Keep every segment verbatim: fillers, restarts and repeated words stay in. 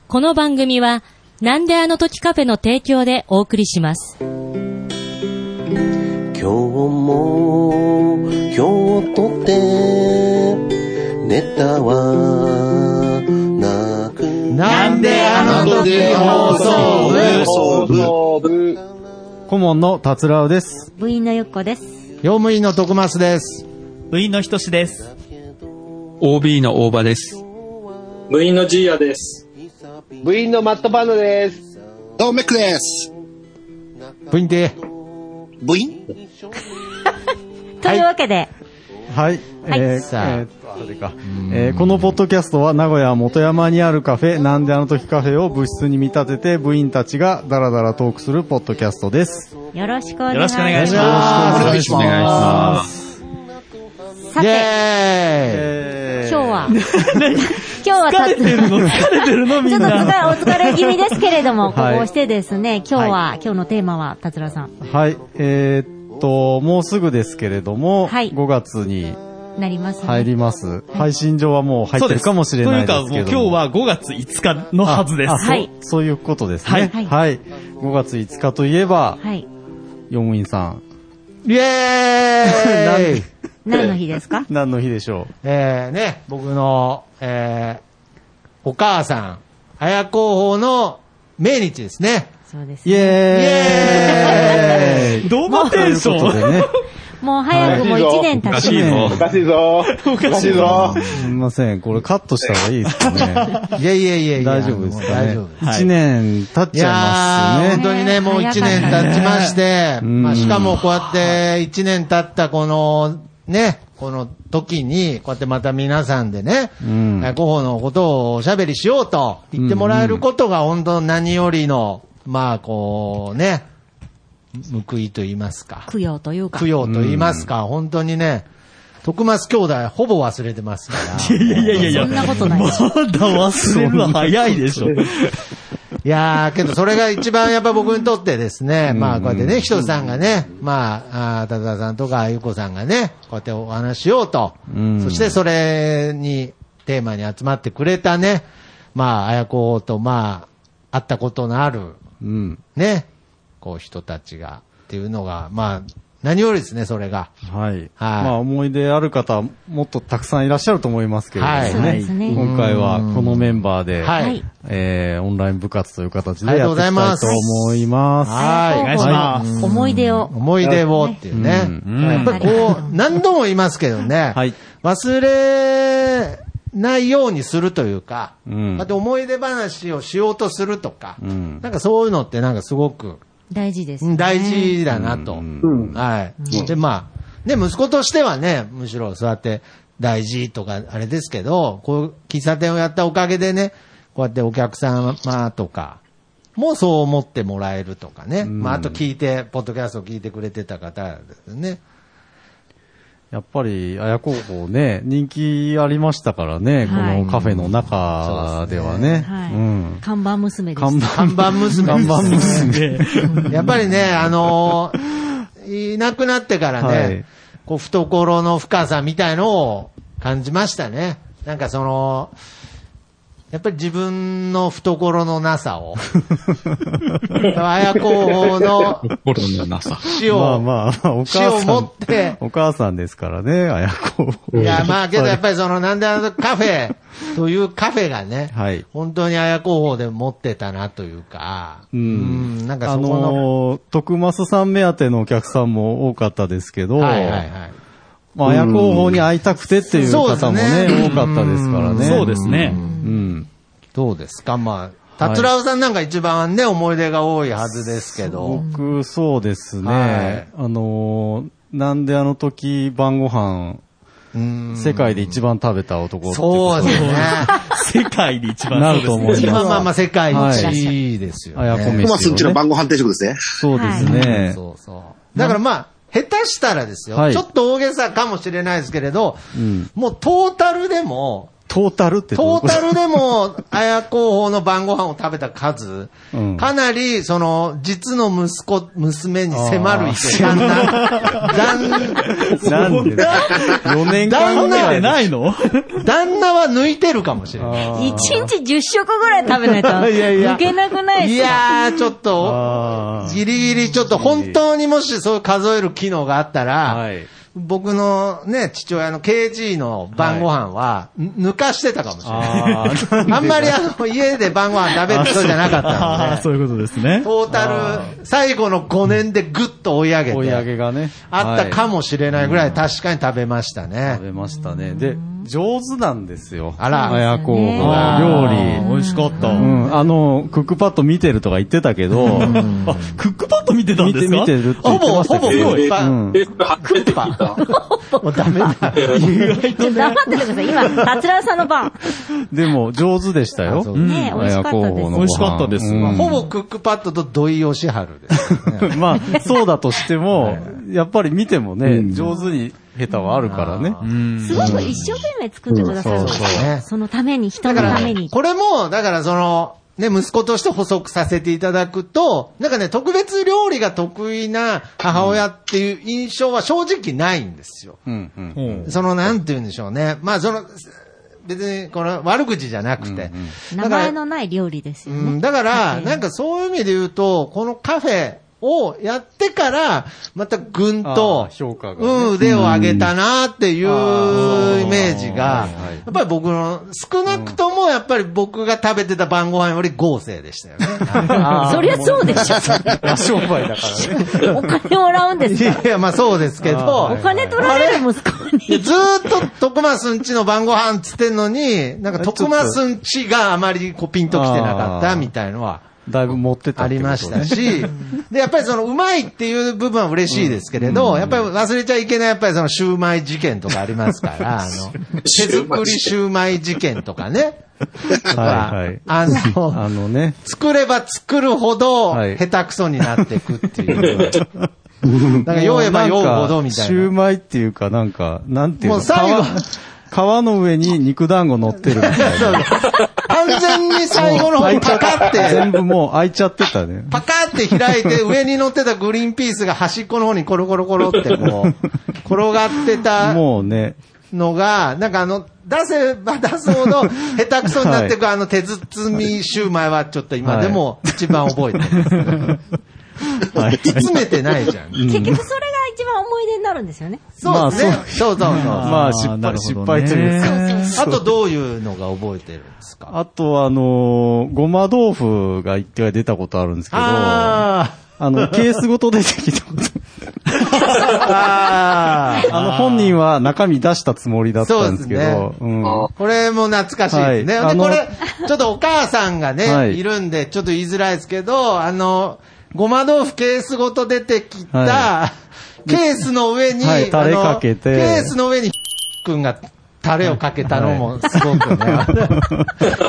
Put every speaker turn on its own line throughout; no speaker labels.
この番組はなんであの時カフェの提供でお送りします。
今日も今日とてネタはなく
なんであの時放送部
顧問の達郎です。
部員のゆっこです。
用務員の徳増です。
部員のひとしです。
オービー の大場です。
部員のジーヤです。
部員のマットパンダです。
ドーメックです。
部員で
部員
というわけで、
はい、
はい、
えー、
さあ、
えー、それか、えー、このポッドキャストは名古屋元山にあるカフェなんであの時カフェを部室に見立てて部員たちがダラダラトークするポッドキャストです。
よろしくお願いします。
よろしくお願いします。
よろしくお願いします。
さて、
え
ー、今日は今日は
疲れてるの疲れてるのみんな。
ちょっとお疲れ気味ですけれども、
はい、
こうしてですね、今日は、
はい、
今日のテーマは達郎さん。
はい、えー、っともうすぐですけれども、はい、ごがつに
なりますね。
入ります。配信上はもう入ってるかもしれないですけども。
というかもう今日はごがついつかのはずです。
はい。そういうことですね。はい。はい、ごがついつかといえば、はい、用務員さん。
イエーイ
何の日ですか？
何の日でしょう。
えーね、僕の、えー、お母さん、綾広報の命日ですね。
そうですね。
イエーイ
イエーイどんなテンション
ね、
もう早くもういちねん経ち
おかしいぞ。おかしいぞ。
すみません。これカットした方がいいですかね。
いやいやいやいや。
大丈夫ですかね。
大丈夫です。
いちねん経っちゃいますね。
いやー、本当にね、もういちねん経ちまして、まあしかもこうやっていちねん経ったこの、ね、この時に、こうやってまた皆さんでね、うん、広報のことをおしゃべりしようと言ってもらえることが本当何よりの、まあこうね、報いと言いますか。
供養というか。
供養と言いますか、うん、本当にね、徳増兄弟ほぼ忘れてますから。
いやいやいやいや、
そんなことないでしょ。
まだ忘れるの早いでしょ。
いやー、けどそれが一番やっぱ僕にとってですね、まあこうやってね、ひとつさんがね、まあ、たださんとかゆこさんがね、こうやってお話しようと、そしてそれに、テーマに集まってくれたね、まあ、あやことまあ、会ったことのある、ね、こう人たちが、っていうのが、まあ、何よりですね、それが。
はい。はい。まあ、思い出ある方、もっとたくさんいらっしゃると思いますけれどもね。はい。そうですね。今回はこのメンバーで、はい。えー、オンライン部活という形でやっていきたいと思います。
はい。
お願いします。
思い出を。
思い出をっていうね。やっぱりこう、何度も言いますけどね。はい。忘れないようにするというか、うん。だって思い出話をしようとするとか、うん。なんかそういうのってなんかすごく、
大事ですね。
大事だなと。うん、はい、うん。で、まあ、ね、息子としてはね、むしろそうやって大事とかあれですけど、こう、喫茶店をやったおかげでね、こうやってお客様とかもそう思ってもらえるとかね。うん、まあ、あと聞いて、ポッドキャストを聞いてくれてた方ですね。
やっぱり、あや広報ね、人気ありましたからね、はい、このカフェの中ではね。
はい、うん、看板娘です。
看板、看板娘。看板娘。やっぱりね、あのー、いなくなってからね、はい、こう、懐の深さみたいのを感じましたね。なんかその、やっぱり自分の懐のなさを、あやこの死を、まあまあ、お母さん、死を持って、
お母さんですからね、あやこ。
いや、まあけどやっぱりその、なんであのカフェというカフェがね、はい、本当にあやこ法で持ってたなというか、うん、うん、なんかそこの、あの
ー、徳増さん目当てのお客さんも多かったですけど、はいはいはい。まあ、あやこ法に会いたくてっていう方もね、多かったですからね。
そうですね。
うん。
どうですか、まあ、達郎さんなんか一番ね、思い出が多いはずですけど。
僕、そうですね。はい、あのー、なんであの時晩ご飯、世界で一番食べた男って
そうですね。
世界で一番
なると思います。
まあまあまあ世界一ですよね。
あやこ飯。
まあ、そっちの晩ご飯定食ですね。
そうですね。
そうそう。だからまあ、下手したらですよ、はい、ちょっと大げさかもしれないですけれど、うん、もうトータルでも、
トータルって
トータルでも、綾候補の晩ご飯を食べた数、うん、かなり、その、実の息子、娘に迫る勢い。旦那、旦
那、なんでよねんかん
食べてないの
旦那は抜いてるかもしれない。
いちにちじゅっしょくぐらい食べないと、いやいや抜けなくないですか？
いやー、ちょっと、ギリギリちょっと本当にもしそういう数える機能があったら、はい、僕のね、父親の ケージー の晩ご飯は、抜かしてたかもしれない。あ, あんまりあの、家で晩ご飯食べる人じゃなかったので。
そういうことですね。
トータル、最後のごねんでぐっと追い上げて。
追い上げがね。
あったかもしれないぐらい確かに食べましたね。
食べましたね。で、上手なんですよ。
あら。
綾候補が料理。
美味しかった。
うん。あの、クックパッド見てるとか言ってたけど、あ、
クックパッド見てたんですか？
見て、見てるって言ってましたけど。
ほぼ、ほぼ、
す
ごい。
クッパー。
もうダメだ。
黙っててください。今、達郎さんの番。
でも、上手でしたよ。
ね、美味しかったです。
美味しかったです。
ほぼクックパッドと土井善晴ですね。
まあ、そうだとしても、やっぱり見てもね、上手に下手はあるからね。
すごく一生懸命作ってくださる。そのために、人のために。
これも、だからその、ね、息子として補足させていただくと、なんかね、特別料理が得意な母親っていう印象は正直ないんですよ。うんうん、その、なんて言うんでしょうね。まあ、その、別に、この悪口じゃなくて。
うんうん、名前のない料理ですよね。
うん、だから、なんかそういう意味で言うと、このカフェ、をやってから、またぐんと、
評価がね、
うん、腕を上げたなっていうイメージが、やっぱり僕の、少なくともやっぱり僕が食べてた晩ご飯より豪勢でしたよね。
そりゃそうでしょ。
商売だからね。
お金もらうんですか？
いや、まあそうですけど。
お金取られる息子に。
ずーっと徳松んちの晩ご飯つってんのに、なんか徳松んちがあまりこうピンときてなかったみたいのは。
だいぶ持ってた、
ね、ありましたし、で、やっぱりその、うまいっていう部分は嬉しいですけれど、うん、やっぱり忘れちゃいけない、やっぱりその、シューマイ事件とかありますから、あの、手作りシューマイ事件とかね。はいはい。あの、あのね、作れば作るほど、下手くそになっていくっていう。なんか、酔えば酔うほどみたいな。
シューマイっていうか、なんか、なんていうの、
もう最後、
皮の上に肉団子乗ってるみたいな。
完全に最後の方パカって。
全部もう開いちゃってたね。
パカって開いて上に乗ってたグリーンピースが端っこの方にコロコロコロってこう、転がってた。
もうね。
のが、なんかあの、出せば出すほど下手くそになっていくあの手包みシューマイはちょっと今でも一番覚えてます。はい、詰めてないじゃん。
結局それが一番思い出になるんですよね。
そうですね。そうそうそう。
まあ失敗、失敗という
か。あとどういうのが覚えてるんですか？
あとはあのー、ごま豆腐が一回出たことあるんですけど、ああの、ケースごと出てきたこと。ああの、本人は中身出したつもりだったんですけど、
ねうん、これも懐かしいですね。はい、で、これ、ちょっとお母さんがね、はい、いるんで、ちょっと言いづらいですけど、あの、ごま豆腐ケースごと出てきた、はい、ケースの上に、
はい、タレかけて、
ケースの上に、くんがタレをかけたのもすごくね、はい、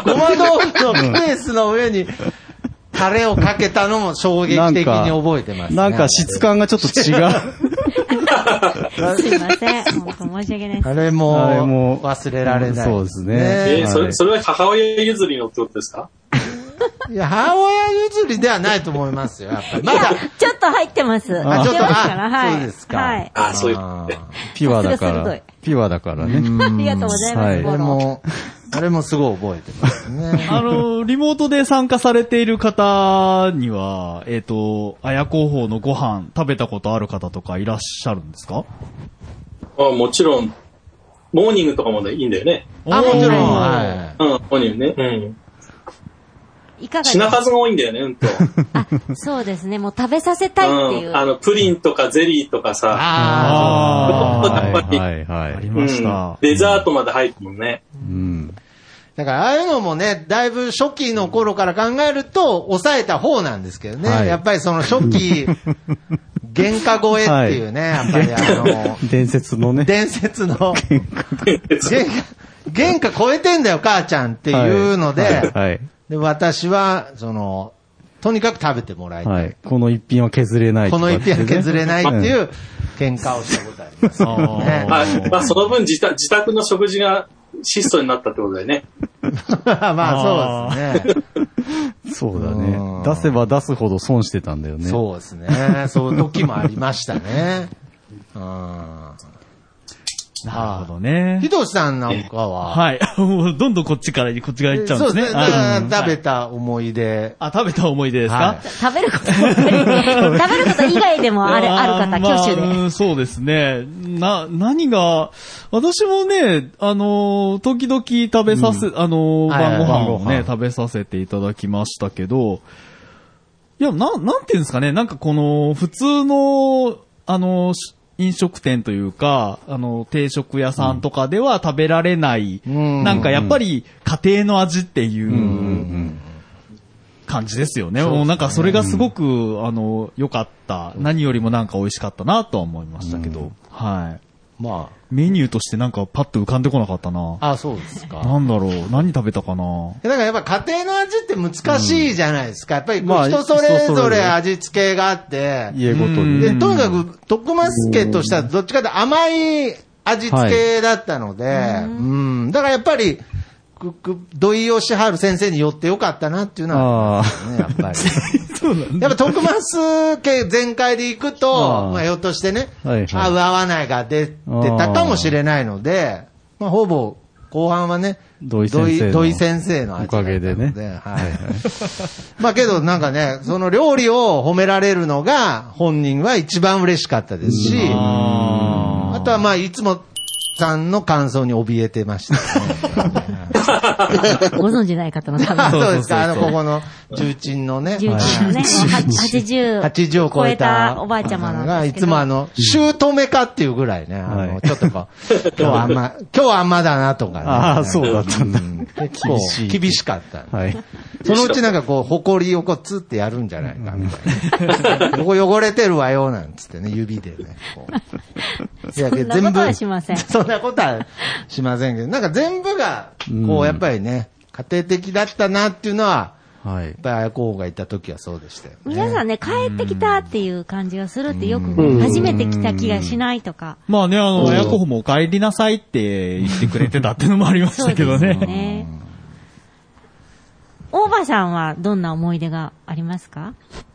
ごま豆腐のケースの上に、タレをかけたのも衝撃的に覚えてますね。
なんか質感がちょっと違う。
すいません。本当申し訳ないです。
あれも、あれも忘れられない。
そうですね。
えー、それ、それは母親譲りのってことですか？
いや、母親譲りではないと思いますよ、やっぱり。まだ。
ちょっと入ってます。
あ、ちょっと、
はい。
そうですか。
はい。
あ、そういう。
ピュアだから。ピュアだからね。
ありがとうございます。はい。
あれも、あれもすごい覚えてますね。
あの、リモートで参加されている方には、えっと、綾候補のご飯食べたことある方とかいらっしゃるんですか？
あ、もちろん、モーニングとかもね、いいんだよね。
あ、もちろん。はい。
うん、モーニングね。うん。
いかがですか？
品数が多いんだよね、うんと。
あ、そうですね。もう食べさせたいっていう。
うん、あの、プリンとかゼリーとかさ。
あ
あ。やっぱり、
はいはい。
ありました。
デザートまで入ってもんね。
うん。だから、ああいうのもね、だいぶ初期の頃から考えると、抑えた方なんですけどね。はい、やっぱりその初期、原価超えっていうね、はい、やっぱりあの、
伝説のね。
伝説の、原価、原価超えてんだよ、母ちゃんっていうので、はいはいはい、で私は、その、とにかく食べてもらいたい。はい、
この一品は削れない、
ね。この一品は削れないっていう喧嘩をしたことあります、ね。
あ、まあその分自宅、自宅の食事が質素になったってことだよね。
まあそうですね。
そうだね。出せば出すほど損してたんだよね。
そうですね。そういう時もありましたね。
なるほどね。
ひとしさんなんかは。
はい。もうどんどんこっちからこっち側行っちゃうんですね。
そうですね。食べた思い出。
あ、食べた思い出ですか？
食べること食べること以外でもある、ある方、挙手で。
そうですね。な、何が、私もね、あの、時々食べさせ、あの、晩ご飯をね、食べさせていただきましたけど、いや、な、なんていうんですかね、なんかこの、普通の、あの、飲食店というか、あの、定食屋さんとかでは食べられない、うん、なんかやっぱり家庭の味っていう感じですよね。もうなんかそれがすごく、あの、良かった。何よりもなんか美味しかったなとは思いましたけど、うん、はい。まあ。メニューとしてなんかパッと浮かんでこなかったな。
あ、そうですか。
なんだろう。何食べたかな。
だからやっぱ家庭の味って難しいじゃないですか。やっぱり人それぞれ味付けがあって。
家ごとに。
で、とにかく、徳増家としてはどっちかというと甘い味付けだったので、はい、うん。だからやっぱり、土井善晴先生によってよかったなっていうのは、ね、やっぱり。そうなんだ。やっぱ徳増家全開で行くと、まあ、ひょっとしてね、はいはい、合う合わないが出てたかもしれないので、まあ、ほぼ後半はね、
土井先生の
土井先生の味
おかげでね。
はい。まあけどなんかね、その料理を褒められるのが本人は一番嬉しかったですし、あ, あとはまあいつもさんの感想に怯えてましたね。
ご存じない方のために。
そうですか、あの、ここの重鎮のね。
重鎮のね、はちじゅう。
はちじゅうを超えた
おばあちゃまなん
が、いつもあの、姑かっていうぐらいね、あの、ちょっとこう、今日はあんま、今日はあんまだなとかね。
ああ、そうだったんだ。
結構、厳しかった。はい。そのうちなんかこう、埃をこう、ツってやるんじゃないかみたいな。ここ汚れてるわよ、なんつってね、指でね。
いや、そんなことはしません。
そんなことはしませんけど、なんか全部が、こう、やっぱりね、家庭的だったなっていうのは、はい。やっぱり綾子がいた時はそうでしたよね。
皆さんね、帰ってきたっていう感じがするってよくね、初めて来た気がしないとか。
まあね、あの、綾子もお帰りなさいって言ってくれてたっていうのもありましたけどね。そうですね。
大場さんはどんな思い出がありますか？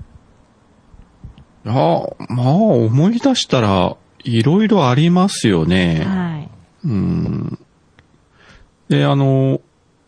あ、まあ、思い出したら、いろいろありますよね。はい。うん。で、あの、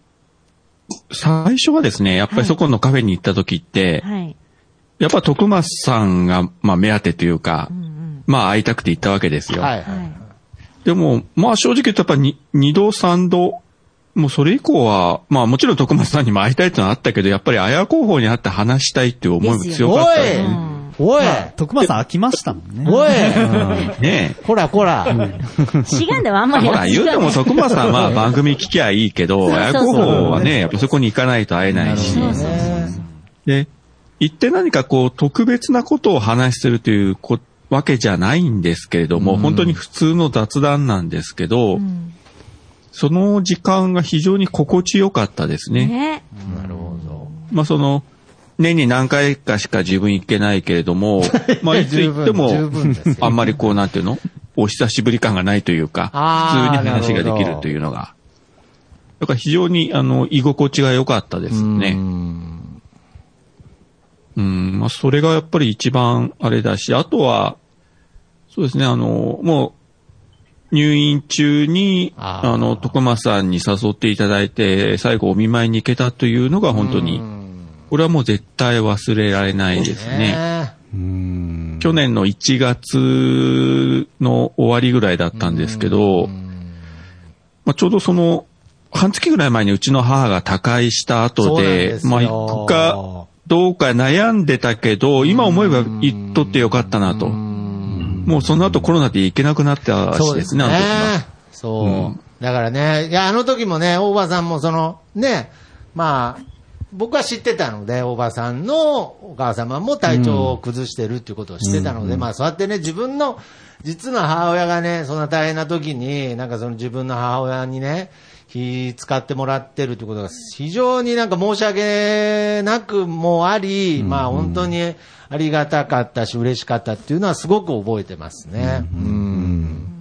最初はですね、やっぱりそこのカフェに行った時って、はい、やっぱ徳増さんが、まあ目当てというか、うんうん、まあ会いたくて行ったわけですよ。はいはい、でも、まあ正直言うとやっぱり二度三度、もうそれ以降は、まあもちろん徳増さんにも会いたいってのはあったけど、やっぱり綾候補に会って話したいっていう思いも強かったですね。
おい、
まあ、徳間さん飽きましたもんね。
おい、
ね
え。こらこら。
違うんだよ、あんまり。
ほら、言うても徳間さんは番組聞きゃいいけど、綾候補はね、やっぱそこに行かないと会えないし。そうそうそうで、行って何かこう、特別なことを話するというこわけじゃないんですけれども、うん、本当に普通の雑談なんですけど、うん、その時間が非常に心地よかったですね。ね、
なるほど。
まあその、年に何回かしか自分行けないけれども、まあいつ行っても、あんまりこうなんていうのお久しぶり感がないというか、普通に話ができるというのが。だから非常にあの、居心地が良かったですね。うん。うん、まあそれがやっぱり一番あれだし、あとは、そうですね、あの、もう、入院中に、あ, あの、徳間さんに誘っていただいて、最後お見舞いに行けたというのが本当に、これはもう絶対忘れられないですね。うーん去年のいちがつの終わりぐらいだったんですけど、まあ、ちょうどその半月ぐらい前にうちの母が他界した後で、まあ行くかどうか悩んでたけど、今思えば行っとってよかったなと。もうその後コロナで行けなくなったしですね、あの時は。
そう。うん、だからね、いや、あの時もね、大場さんもその、ね、まあ、僕は知ってたので、おばさんのお母様も体調を崩してるっていうことを知ってたので、うん、まあそうやってね、自分の実の母親がね、そんな大変な時に、なんかその自分の母親にね、気使ってもらってるってことが非常になんか申し訳なくもあり、うん、まあ本当にありがたかったし嬉しかったっていうのはすごく覚えてますね。うんうん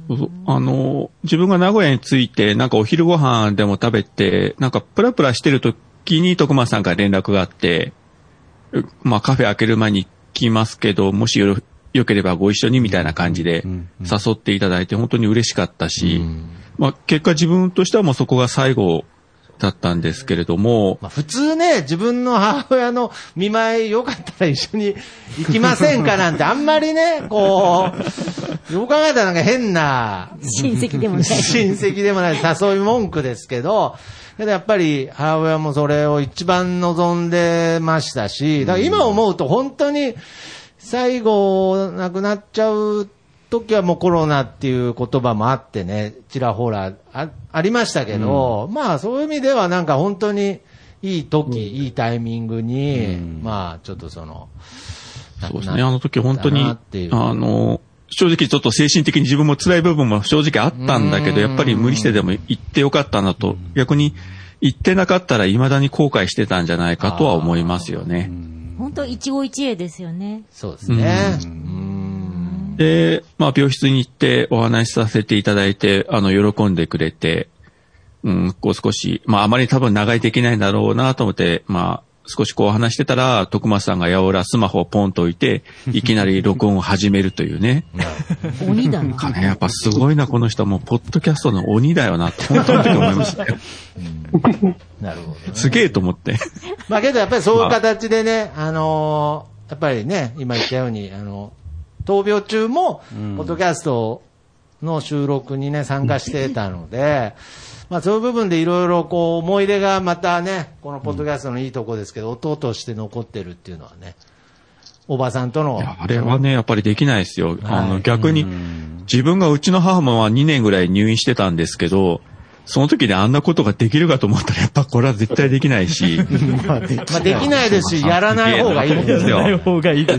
あの、自分が名古屋に着いて、なんかお昼ご飯でも食べて、なんかプラプラしてる時に徳松さんから連絡があって、まあカフェ開ける前に来ますけど、もしよろ、よければご一緒にみたいな感じで誘っていただいて本当に嬉しかったし、まあ結果自分としてはもうそこが最後だったんですけれども、
まあ、普通ね、自分の母親の見舞いよかったら一緒に行きませんかなんてあんまりね、こう、よく考えたらなんか変な
親戚でもない
親戚でもない誘い文句ですけど、けどやっぱり母親もそれを一番望んでましたし、だから今思うと本当に最後亡くなっちゃう時はもうコロナっていう言葉もあってね、ちらほら あ, ありましたけど、うん、まあそういう意味ではなんか本当にいい時、うん、いいタイミングに、うん、まあちょっとその、
そうですね、あの時本当に、あの、正直ちょっと精神的に自分も辛い部分も正直あったんだけど、やっぱり無理してでも行ってよかったなと、逆に行ってなかったら未だに後悔してたんじゃないかとは思いますよね。
本当一期一会ですよね。
そうですね。
うんで、まあ、病室に行ってお話しさせていただいて、あの、喜んでくれて、うん、こう少し、まあ、あまり多分長居できないんだろうなと思って、まあ、少しこう話してたら、徳松さんがやおらスマホをポンと置いて、いきなり録音を始めるというね。
鬼だな。
なんかね、やっぱすごいな、この人も、ポッドキャストの鬼だよな、って本当に思いましたよ。
なるほど、ね。
すげえと思って。
まあ、けどやっぱりそういう形でね、あのー、やっぱりね、今言ったように、あの、闘病中も、ポッドキャストの収録にね、参加してたので、まあそういう部分でいろいろこう、思い出がまたね、このポッドキャストのいいとこですけど、音として残ってるっていうのはね、おばさんとの。
あれはね、やっぱりできないですよ。あの、逆に、自分がうちの母もはにねんぐらい入院してたんですけど、その時にあんなことができるかと思ったら、やっぱこれは絶対できないし。
まあできないですし、やらない方がいいですよ。
やらない方がいいです。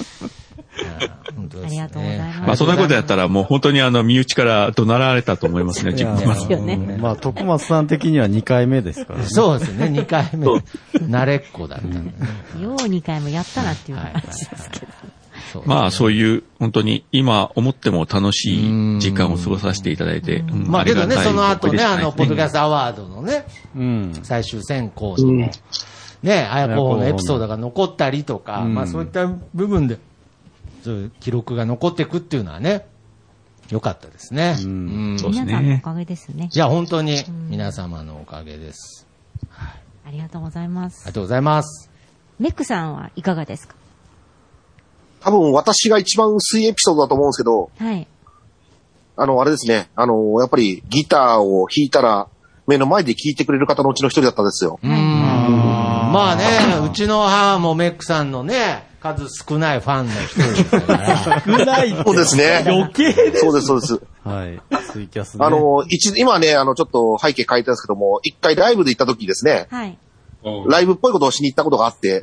ありがとうございます。
まあそんなことやったらもう本当にあの身内から怒鳴られたと思いますね、自分は。
ですよね。
まあ徳松さん的にはにかいめですからね。
そうですね、にかいめ。慣れっこだったんで、ね。
ようにかいもやったなっていう話ですけど。
まあそういう本当に今思っても楽しい時間を過ごさせていただいて。うん、
まあけどね、その後ね、あの、ポッドキャストアワードのね、うん、最終選考にも、ね、あやこのエピソードが残ったりとか、まあそういった部分で、そういう記録が残っていくっていうのはね、良かったですね。うん、
そうですね。皆さんのおかげですね。
いや、本当に皆様のおかげです。
はい、ありがとうございます。
ありがとうございます。
メックさんはいかがですか？
多分私が一番薄いエピソードだと思うんですけど、
はい。
あの、あれですね、あの、やっぱりギターを弾いたら、目の前で聴いてくれる方のうちの一人だったんですよ。
うん。まあね、うちの母もメックさんのね、数少ないファンの一人ですから。
少ない
そうですね。
余計です。
そうです、そうです。
はい。ツイキャスね。
あの、一、今ね、あの、ちょっと背景書いてるんですけども、一回ライブで行った時ですね。
はい。
ライブっぽいことをしに行ったことがあって。
うん。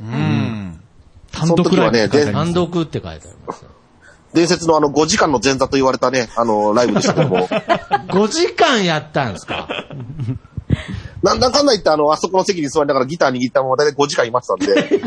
その時はね、
単独って書いてありますよ。
伝説のあのごじかんの前座と言われたね、あの、ライブでしたけども。
ごじかんやったんですか？
なんだかんだ言ってあの、あそこの席に座りながらギター握ったままだいたいごじかんいましたんで。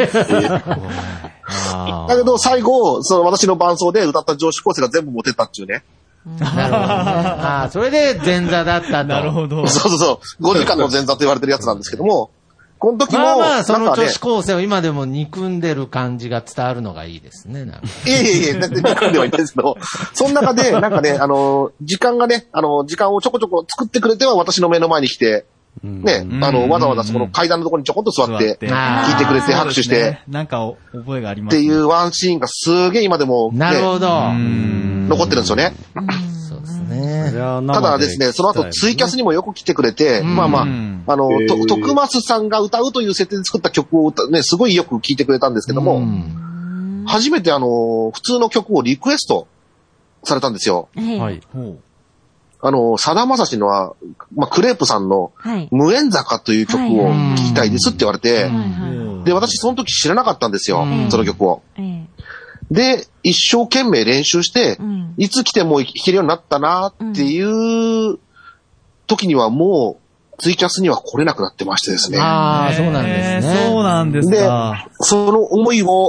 だけど最後、その私の伴奏で歌った女子高生が全部モテたっていうね。
なるほどね。ああ、それで前座だったと。
なるほど。
そうそうそう。ごじかんの前座と言われてるやつなんですけども、この時も、
まあまあ、その女子高生を今でも憎んでる感じが伝わるのがいいですね、なんか。
いえいえいえ、だって憎んではいないですけど、その中で、なんかね、あの、時間がね、あの、時間をちょこちょこ作ってくれては私の目の前に来て、ね、あの、わざわざそこの階段のところにちょこっと座って、聞いてくれて拍手して、
なんか覚えがあります
っていうワンシーンがすげえ今でも、
なるほど。
残ってるんですよね。
そうですね。
ただですね、その後ツイキャスにもよく来てくれて、まあまあ、あの、と、徳松さんが歌うという設定で作った曲をね、すごいよく聴いてくれたんですけども、初めてあの、普通の曲をリクエストされたんですよ。
はい。
あの、さだまさしのは、まあ、クレープさんの、無縁坂という曲を聴きたいですって言われて、で、私その時知らなかったんですよ、その曲を。で、一生懸命練習して、いつ来ても弾けるようになったなっていう時にはもう、ツイキャスには来れなくなってましてですね。
ああ、そうなんですね。
そうなんですか。
で、その思いを、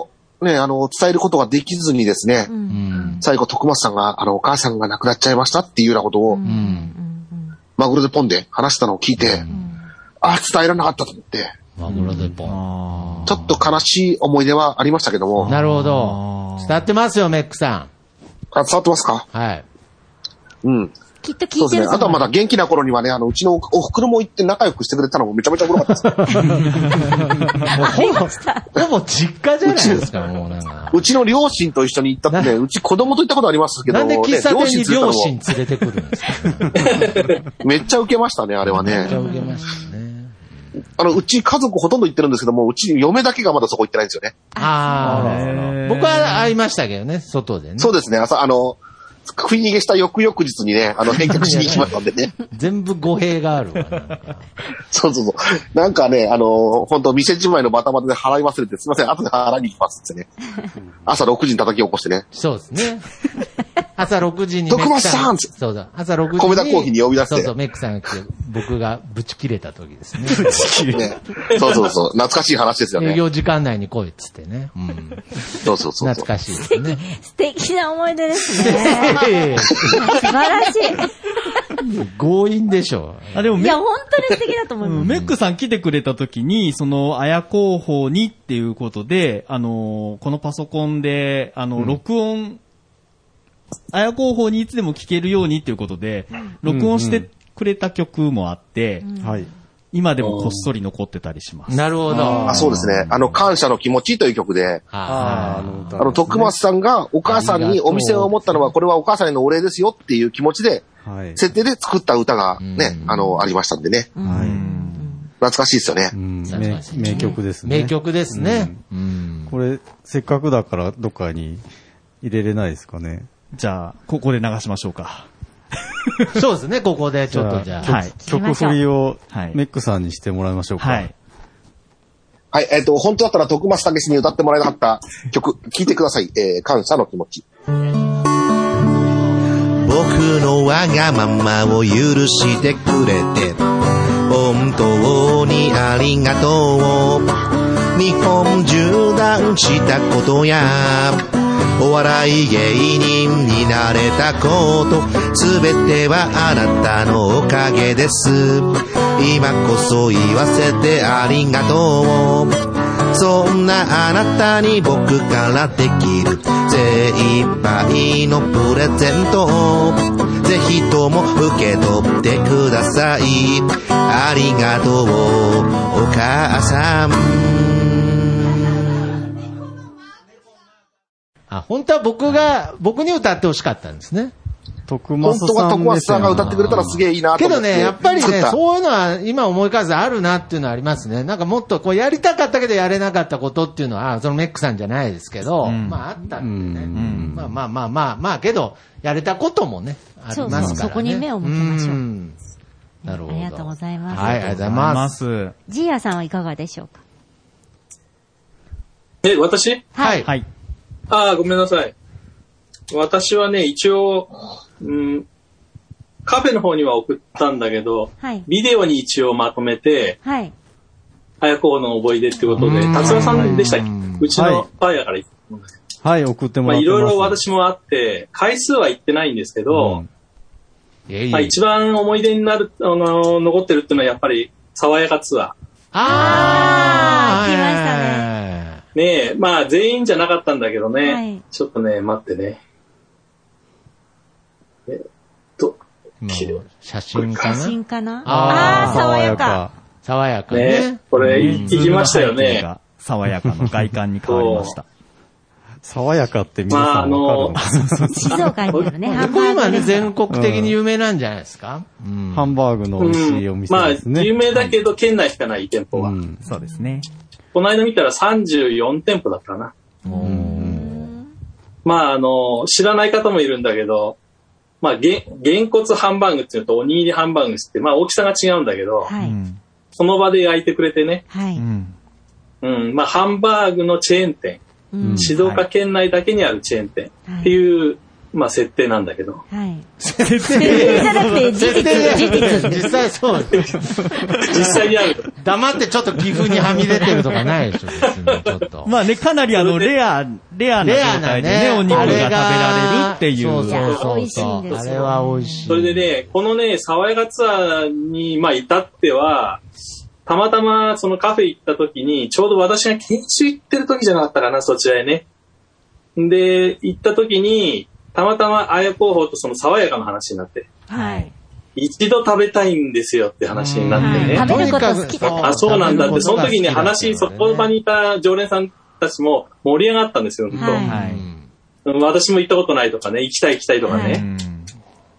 ね、あの、伝えることができずにですね、うん、最後、徳松さんが、あの、お母さんが亡くなっちゃいましたっていうようなことを、うん、マグロでポンで話したのを聞いて、うん、ああ、伝えられなかったと思って、
マグロでポン。
ちょっと悲しい思い出はありましたけども。
なるほど。伝わってますよ、メックさん。
あ、伝わってますか？
はい。
うん。
きっと聞いてる。
そうですね。あとはまだ元気な頃にはね、あの、うちのお袋も行って仲良くしてくれたのもめちゃめちゃおもろかったです。
ほぼ、ほぼ実家じゃないですか、もうなんか。
うちの両親と一緒に行ったってね、うち子供と行ったことありますけど、
なんで喫茶店に両親連れてくるんですか？
めっちゃ受けましたね、あれはね。
めっちゃ受けましたね。
あの、うち家族ほとんど行ってるんですけども、うち嫁だけがまだそこ行ってないんですよね。
ああ。僕は会いましたけどね、外でね。
そうですね、朝、あの、食い逃げした翌々日にね、あの、返却しに行きましたんでね。
全部語弊があるわ、なんか。
そうそうそう。なんかね、あの、本当店じまいのバタバタで払い忘れて、すいません、後で払いに行きますってね。朝ろくじに叩き起こしてね。
そうですね。朝ろくじに。
徳松さん
そうだ。朝ろくじに。
米田コーヒーに呼び出して。
そうそう、メックさんが来て、僕がぶち切れた時ですね。
ぶち切れね。そうそうそう。懐かしい話ですよね。
営業時間内に来いっつってね。うん。
そうそうそう。
懐かしいですね。
素敵な思い出ですね。素晴らしい。
強引でしょ。
あ、でもいや、本当に素敵だと思います。
うん、メックさん来てくれた時に、その、あや広報にっていうことで、あの、このパソコンで、あの、うん、録音、あや広報にいつでも聴けるようにっていうことで、録音してくれた曲もあって、うんうん、はい。今でもこっそり残ってたりします。
なるほど。
あ、そうですね。あの、感謝の気持ちという曲で、ああの、徳松さんがお母さんにお店を持ったのは、これはお母さんへのお礼ですよっていう気持ちで、はい、設定で作った歌がね、あの、ありましたんでね。はい、懐かしいですよね。
うん、名, 名曲ですね。
名曲ですね、
うんうん。これ、せっかくだからどっかに入れれないですかね。
じゃあ、ここで流しましょうか。
そうですね、ここでちょっとじゃあ。
はい、曲振りをメックさんにしてもらいましょうか。はい。
はい、えっと、本当だったら徳松武に歌ってもらえなかった曲、聴いてください。えー、感謝の気持ち。
僕のわがままを許してくれて、本当にありがとう。日本縦断したことや、お笑い芸人になれたこと、すべてはあなたのおかげです。今こそ言わせてありがとう。そんなあなたに僕からできる精一杯のプレゼントをぜひとも受け取ってください。ありがとうお母さん。
あ、本当は僕が、僕に歌ってほしかったんですね。
徳松さん。
本当は徳松さんが歌ってくれたらすげえいいなと思って。
けどね、やっぱりね、そういうのは今思い返すあるなっていうのはありますね。なんかもっとこうやりたかったけどやれなかったことっていうのは、そのメックさんじゃないですけど、うん、まああったんでね。うん、まあまあまあまあまあ、けど、やれたこともね、ありますからね。そうそう、
そこに目を向けましょう。うん、
なるほど。
ありがとうございます。
はい、ありがとうございます。
ジーヤさんはいかがでしょうか？
え、私？
はい。
はい。
ああ、ごめんなさい。私はね、一応、うん、カフェの方には送ったんだけど、はい、ビデオに一応まとめて、はい。あやこの思い出ってことで、達郎さんでしたっけ？うちのパーヤから言ってもらって。
はい、送ってもらってます。
まあ、いろいろ私もあって、回数は言ってないんですけど、うんいやいやまあ、一番思い出になる、あの、残ってるっていうのはやっぱり、爽やかツアー。
あー、来ましたね。
ねえ、まあ全員じゃなかったんだけどね、はい、ちょっとね、待ってね。えっと、
写真かな
写真かな
あ
あー、爽やか。
爽やかね。
ねこれ、行きましたよね。
爽やかの外観に変わりました。
爽やかって皆さんわかるの、まあ、
静岡にあるね、
ハンバーグ。今ね、全国的に有名なんじゃないですか、
うん、ハンバーグの美味しいお店ですね。
うん、まあ、有名だけど、県内しかない店舗は、うん。
そうですね。
この間見たらさんじゅうよん店舗だったな。うんまあ、あの、知らない方もいるんだけど、まあ、げ、げんこつハンバーグっていうのとおにぎりハンバーグって、まあ、大きさが違うんだけど、はい、その場で焼いてくれてね。はい。うん。まあ、ハンバーグのチェーン店。うん、静岡県内だけにあるチェーン店っていうまあ設定なんだけど。
はい。設定じゃなくて、事実、事実。
実際そう。
実際にある。
黙ってちょっと岐阜にはみ出てるとかないでしょ、別にちょっと。
まあね、かなりあの、レア、レアな状態でね、お肉が食べられるっていう。
そうそうそう。美味しいんですよ。あれは美味しい。
それでね、このね、爽やかツアーに、まあ、至っては、たまたまそのカフェ行った時に、ちょうど私が研修行ってる時じゃなかったかな、そちらへね。で、行った時に、たまたまあや広報とその爽やかの話になって。はい。一度食べたいんですよって話になってね。
食べること好きだった。
あ、そうなんだって、その時に話、そこの場にいた常連さんたちも盛り上がったんですよ、はい、私も行ったことないとかね、行きたい行きたいとかね。はい、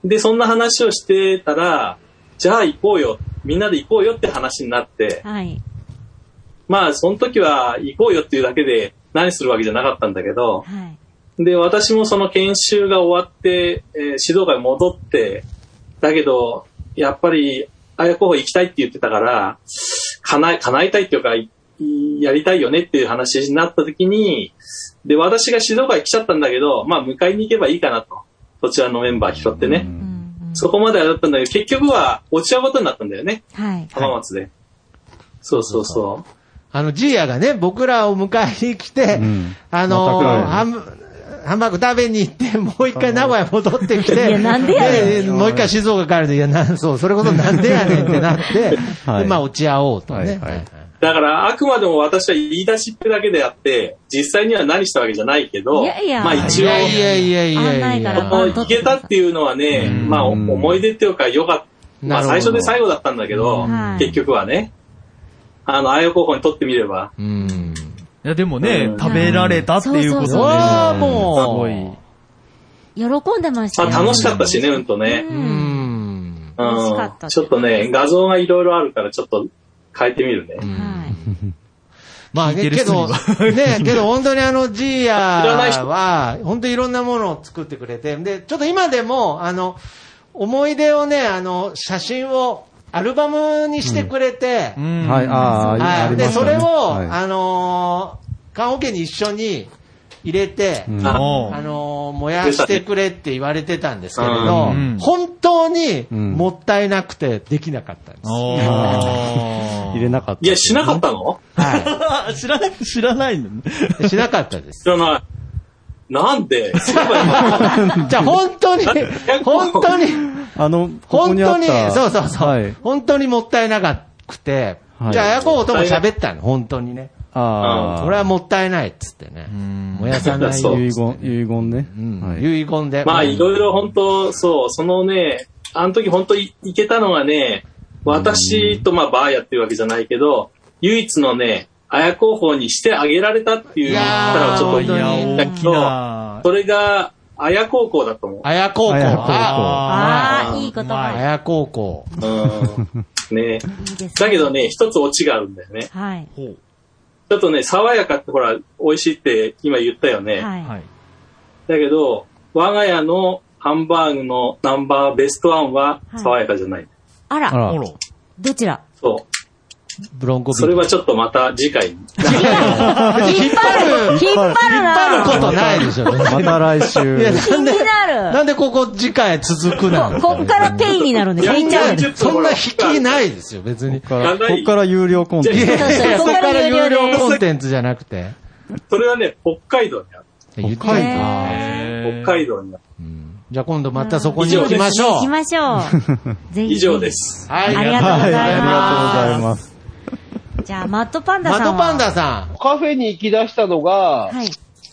で、そんな話をしてたら、じゃあ行こうよ。みんなで行こうよって話になって。はい、まあ、その時は行こうよっていうだけで何するわけじゃなかったんだけど、はいで、私もその研修が終わって、えー、指導会戻って、だけど、やっぱり、あや候補行きたいって言ってたから、叶え、叶えたいっていうか、やりたいよねっていう話になった時に、で、私が指導会来ちゃったんだけど、まあ、迎えに行けばいいかなと。そちらのメンバー拾ってね。そこまではだったんだけど、結局は落ちちゃうことになったんだよね。はい。浜松で。はい、そうそうそう。
あの、ジーヤがね、僕らを迎えに来て、うん、あのー、ハンバーグ食べに行って、もう一回名古屋戻ってきて、
いや、なんでやねん。
もう一回静岡帰ると、いや、な、そう、それこそなんでやねんってなって、はい、で、まあ、落ち合おうとね。はいはい、
だから、あくまでも私は言い出しっぺだけであって、実際には何したわけじゃないけど、
いやいや
まあ一応、
いやいやいやいやいや
行けたっていうのはね、まあ、思い出っていうか、よかった。まあ、最初で最後だったんだけど、結局はね、あの、あや候補にとってみれば。
うんいや、でもね、うん、食べられたっていうことで、
ね、もう、す
ごい。喜んでましたね。
あ、楽しかったしね、うんとね。うん。楽しかった。ちょっとね、画像がいろいろあるから、ちょっと変えてみるね。はい。
まあね、けど、ね、けど本当にあの、ジーヤは、本当にいろんなものを作ってくれて、で、ちょっと今でも、あの、思い出をね、あの、写真を、アルバムにしてくれて、
うんうん、はい、ああ、
はい、で、それを、はい、あのー、棺桶に一緒に入れて、うん、あのー、燃やしてくれって言われてたんですけれど、うん、本当にもったいなくてできなかったんです。うん、
入れなかった。
いや、しなかったの？
はい。知らない、知らないの
ね。しなかったです。
知らない。なんで
じゃあ本当に、本当に、
あの、
本当に、そうそうそう、はい、本当にもったいなくて、はい、じゃあ、あやこうとも喋ったの、本当にね。ああ。これはもったいないっつってね。燃やさない。
遺言、遺言ね。
うんはい、遺言で。
まあ、いろいろ本当、そう、そのね、あの時本当いけたのがね、私とまあ、バーやってるわけじゃないけど、唯一のね、あや候補にしてあげられたっていう言ったらちょっと言いたけど、それが、あや高校だと思う。
あや高校。
ああ、いい言葉。
あや高校。
うん。ねだけどね、一つオチがあるんだよね。はい。ちょっとね、爽やかってほら、美味しいって今言ったよね。はい。だけど、我が家のハンバーグのナンバーベストワンは爽やかじゃない。
あら。どちら？
そう。
ブロンコビー。
それはちょっとまた次回。引っ張
る引っ張る
引っ張ることないでしょ。
また来週。
いや、気になる。
なんでここ次回続くの
こっからペイになるんで、引いちゃう。
そんな引きないですよ、別に。
こっから有料コンテンツ。
いやいや、こっから有料コンテンツじゃなくて。
それはね、北海道にあ
る。北海道
北海道にある。
じゃあ今度またそこに行きましょう。
行きましょう。
ぜひ。以上です。
はい。ありがとうございます。
ありがとうございます。
じゃあ、マットパンダさんは。
マットパンダさん。
カフェに行き出したのが、はい。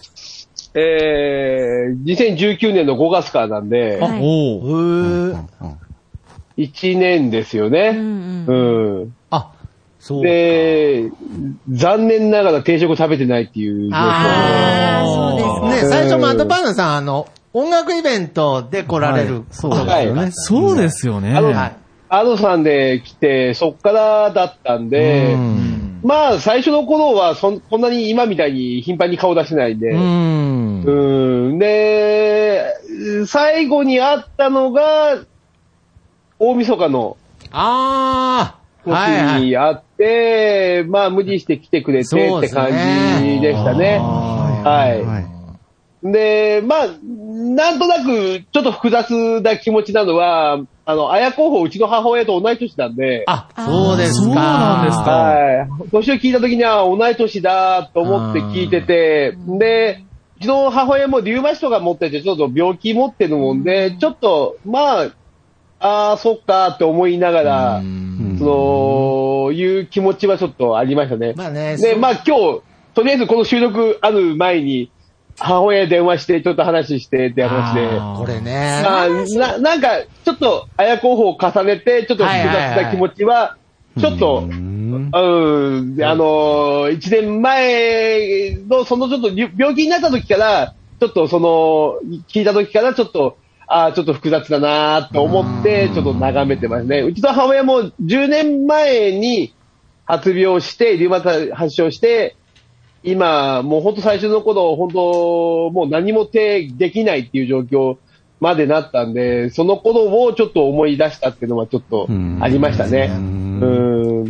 えー、にせんじゅうきゅうねんのごがつからなんで、はい、おー。いちねんですよね。うん、うん。うん。
あ、そう。
で、残念ながら定食食べてないっていう状況で。
ああ、そうです
ね。最初マットパンダさん、あの、音楽イベントで来られることですよね。
そうですよね。
あの、はいアドさんで来て、そっからだったんで、んまあ、最初の頃はそ、こんなに今みたいに頻繁に顔出してないんで、うんうんで、最後に会ったのが、大晦日の、
あ
時に会って、はいはい、まあ、無理して来てくれてって感じでしたね。はい。はいで、まあ、 なんとなく、ちょっと複雑な気持ちなのは、あの、綾候補、うちの母親と同い年なんで。
あ、そうですか。そう
なんですか。
はい。年を聞いた時には、同い年だと思って聞いてて、で、うちの母親もリウマチとか持ってて、ちょっと病気持ってるもんで、ちょっと、まあ、ああ、そっかって思いながら、その、いう気持ちはちょっとありましたね。
まあね。
で、まあ今日、とりあえずこの収録ある前に、母親に電話して、ちょっと話してって話で。
これね。
まあ、な、なんか、ちょっと、綾候補を重ねて、ちょっと複雑な気持ちは、ちょっと、うん、あの、一年前の、そのちょっと病気になった時から、ちょっとその、聞いた時からちょっと、ああ、ちょっと複雑だなと思って、ちょっと眺めてますね。うちの母親もじゅうねんまえに発病して、リウマチ発症して、今、もう本当最初の頃、本当、もう何も手できないっていう状況までなったんで、その頃をちょっと思い出したっていうのはちょっとありましたね。うん。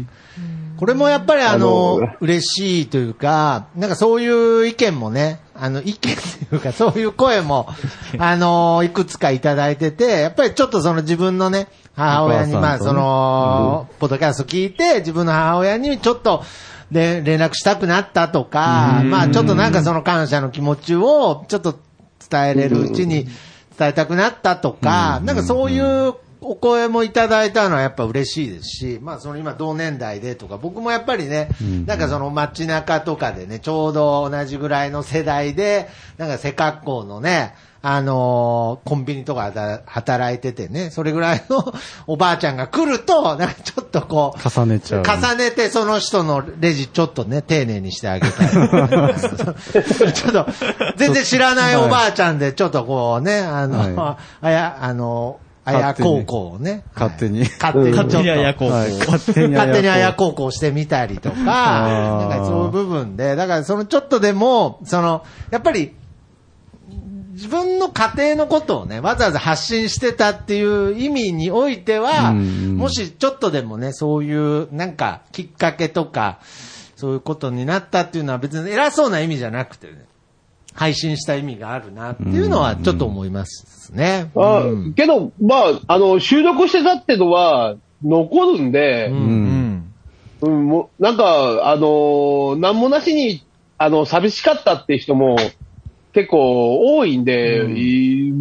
これもやっぱりあの、あの嬉しいというか、なんかそういう意見もね、あの、意見というかそういう声も、あの、いくつかいただいてて、やっぱりちょっとその自分のね、母親に、まあその、ポッドキャスト聞いて、自分の母親にちょっと、で、連絡したくなったとか、まあちょっとなんかその感謝の気持ちをちょっと伝えれるうちに伝えたくなったとか、なんかそういうお声もいただいたのはやっぱ嬉しいですし、まあその今同年代でとか、僕もやっぱりね、なんかその街中とかでね、ちょうど同じぐらいの世代で、なんか背格好のね、あのー、コンビニとかで働いててね、それぐらいのおばあちゃんが来ると、なんかちょっとこう、
重ねちゃう。
重ねてその人のレジちょっとね、丁寧にしてあげたい。ちょっと、全然知らないおばあちゃんで、ちょっとこうね、あの、はい、あや、あの、あや高校をね。
勝手に。
勝手に。
勝手にあや高校。
勝手にあや高校をしてみたりとか、なんかそういう部分で、だからそのちょっとでも、その、やっぱり、自分の家庭のことをね、わざわざ発信してたっていう意味においては、もしちょっとでもね、そういうなんかきっかけとか、そういうことになったっていうのは別に偉そうな意味じゃなくてね、配信した意味があるなっていうのはちょっと思いますね。
あ、うん、けど、まあ、あの、収録してたってのは残るんで、うん、うん、もなんか、あの、なんもなしに、あの、寂しかったっていう人も、結構多いんで、うん、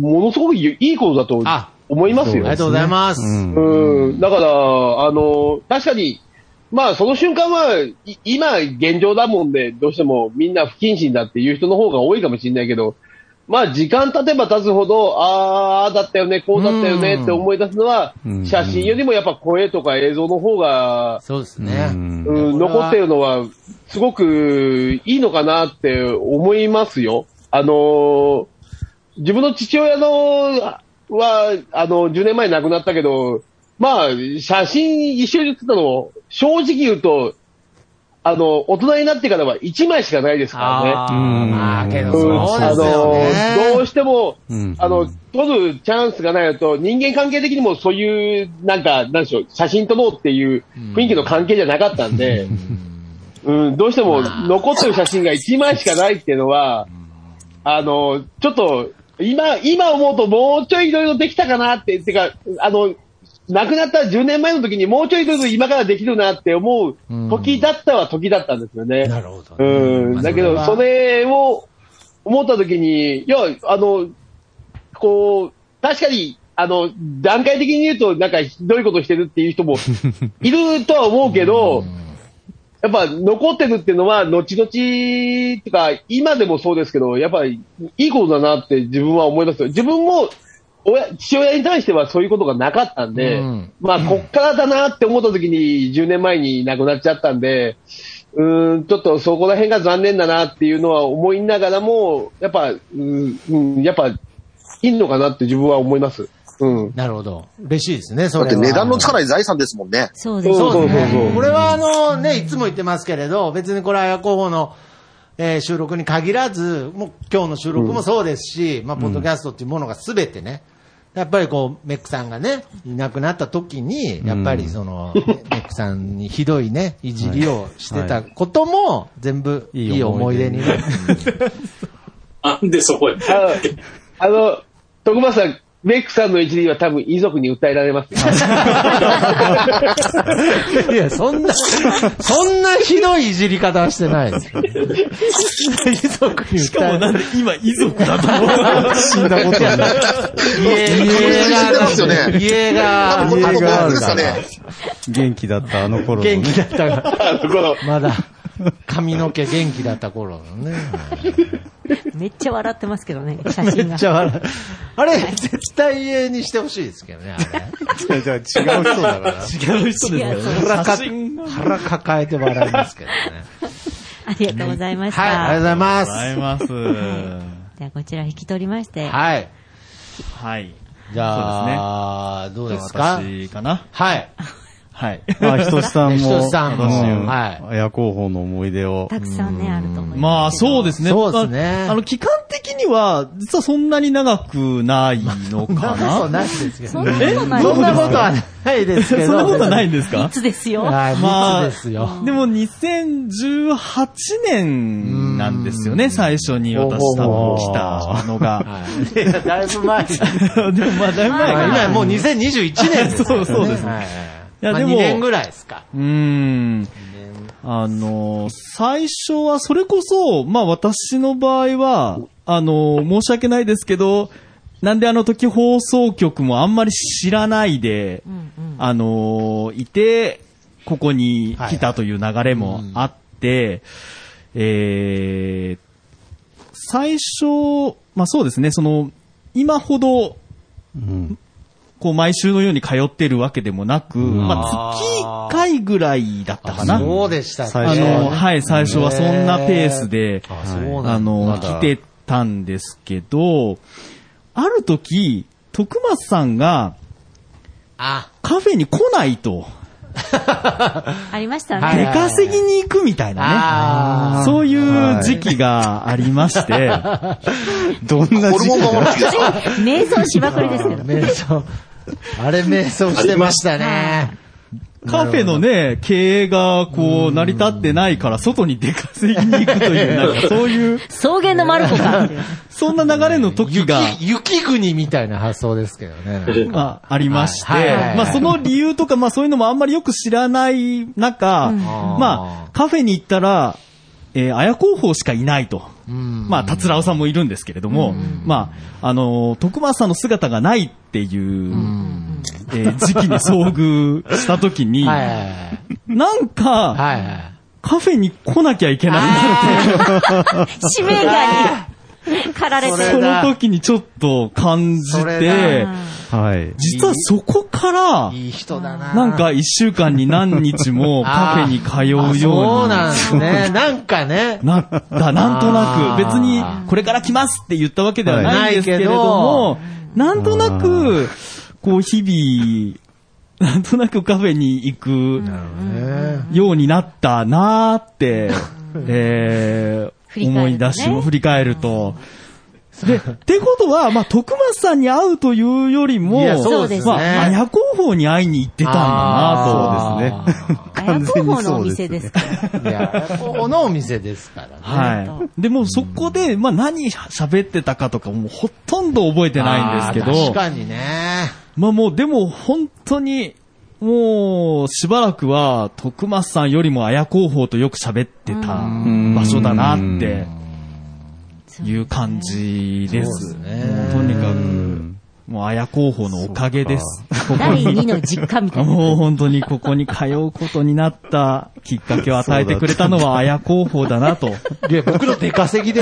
ものすごくいいことだと思いますよ。
ありがとうございます。
うん。だから、あの、確かに、まあその瞬間は、今現状だもんで、どうしてもみんな不謹慎だっていう人の方が多いかもしれないけど、まあ時間経てば経つほど、ああ、だったよね、こうだったよねって思い出すのは、写真よりもやっぱ声とか映像の方が、
そうですね。
うん、残ってるのは、すごくいいのかなって思いますよ。あのー、自分の父親のは、あの、じゅうねんまえ亡くなったけど、まあ、写真一緒に写ったの、正直言うと、あの、大人になってからはいちまいしかないですからね。
ああ、けどそうですよね。
あの、どうしても、あの、撮るチャンスがないと、人間関係的にもそういう、なんか、なんでしょう、写真撮ろうっていう雰囲気の関係じゃなかったんで、うん、どうしても残ってる写真がいちまいしかないっていうのは、あの、ちょっと、今、今思うともうちょいいろいろできたかなって、てか、あの、亡くなったじゅうねんまえの時にもうちょいいろいろ今からできるなって思う時だったは時だったんですよね。
なるほど、
ね。うん。だけど、それを思った時に、いや、あの、こう、確かに、あの、段階的に言うと、なんかひどいことしてるっていう人もいるとは思うけど、やっぱ残ってるっていうのは、後々とか、今でもそうですけど、やっぱりいいことだなって自分は思いますよ。自分も親、父親に対してはそういうことがなかったんで、うん、まあ、こっからだなって思った時にじゅうねんまえに亡くなっちゃったんで、うーん、ちょっとそこら辺が残念だなっていうのは思いながらも、やっぱ、うん、やっぱ、いいのかなって自分は思います。うん。
なるほど。嬉しいですね、それは。
だって値段のつかない財産ですもんね。
そうですね。
そうそうそうそう。これはあのね、いつも言ってますけれど、別にこれは綾候補の、えー、収録に限らず、もう今日の収録もそうですし、うん、まあ、ポッドキャストっていうものがすべてね、やっぱりこう、メックさんがね、いなくなった時に、やっぱりその、うん、メックさんにひどいね、いじりをしてたことも、全部いい思い出にね。
なんでそこへ。
あの、徳松さん、メイクさんのいじりは多分遺族に訴えられますよ。
いや、そんな、そんなひどいいじり方はしてないですよ。遺族に訴えられる。
しかもなんで今遺族だと思う死んだことはない。
家が、家が、家があるから。
元気だったあの頃の、
ね。元気だったあの頃。まだ、髪の毛元気だった頃のね。
めっちゃ笑ってますけどね、写真が。
めっちゃ笑あれ、絶対家にしてほしいですけどね、あれ。
違う人だから。
違う人ですよね。
腹か、腹抱えて笑いますけどね。
ありがとうございました。
はい、ありがとうございます。
ありがとうございます。
じゃあ、こちら引き取りまして。
はい。
はい。
じゃあ、どうですか？
私かな？
はい。
はい。
まあ、ひとしさんも、
ひとしさんも、
はい。綾候補の思い出を。
たくさんね、あると思います。
まあ、そうですね。
そうですね。
あの、期間的には、実はそんなに長くないのかな？
そんなことないですけど。
そんなことない。
そんなことはないですけど。
そんなことはないんですか？
いつですよ。
はい、
まあ、
ですよ。
でもにせんじゅうはちねんなんですよね、最初に私多分来たのが。
いや、だいぶ前。
でもまあ、だいぶ前。
今もうにせんにじゅういちねんです。
そうそうですね。
いや、でも、にねんぐらいですか。
うーん。あの、最初はそれこそ、まあ私の場合は、あの、申し訳ないですけど、なんであの時放送局もあんまり知らないで、うんうん、あの、いて、ここに来たという流れもあって、はいはい、えー、最初、まあそうですね、その、今ほど、うんこう毎週のように通ってるわけでもなく、うん、まあ月いっかいぐらいだったかな。
そうでしたね。
あの、はい、最初はそんなペースで、あ, あの、来てたんですけど、ある時、徳松さんが、
あ
カフェに来ないと。
ありましたね。
出稼ぎに行くみたいなね。そういう時期がありまして、
どんな時期だ
瞑想しまくりですけど。
瞑想。あれ瞑想してましたね。
カフェのね、経営がこう成り立ってないから外に出稼ぎに行くという、なんかそういう。
草原のマルコか。
そんな流れの時が。
雪、雪国みたいな発想ですけどね。
まあ、ありまして、まあその理由とか、まあそういうのもあんまりよく知らない中、うん、まあカフェに行ったら、えー、綾候補しかいないと。まあ、達郎さんもいるんですけれども、まあ、あの、徳松さんの姿がないっていう、えー、時期に遭遇したときに、なんか、カフェに来なきゃいけなくなると。
使命感に駆られてる。
その時にちょっと感じて、はい。実はそこから、
いい人だな。
なんか一週間に何日もカフェに通うように。
そうなんですね。なんかね。
なった、なんとなく。別にこれから来ますって言ったわけではないんですけれども、なんとなく、こう日々、なんとなくカフェに行くようになったなーって、えー、思い出し、振り返ると。で、ってことは、まあ、徳松さんに会うというよりも、
そうですね。
まあ、綾候補に会いに行ってたんだなと。
そうですね。
綾候補のお店ですから。
いや、綾候補のお店ですからね。
はい。でも、そこで、まあ、何喋ってたかとか、もうほとんど覚えてないんですけど。
確かにね。
まあ、もう、でも、本当に、もう、しばらくは、徳松さんよりも綾候補とよく喋ってた場所だなって、いう感じです。
そうですね。
とにかく、もう綾候補のおかげです。
だいにの実家みたいな。
もう本当にここに通うことになったきっかけを与えてくれたのは綾候補だなと。
いや、僕の出稼ぎです。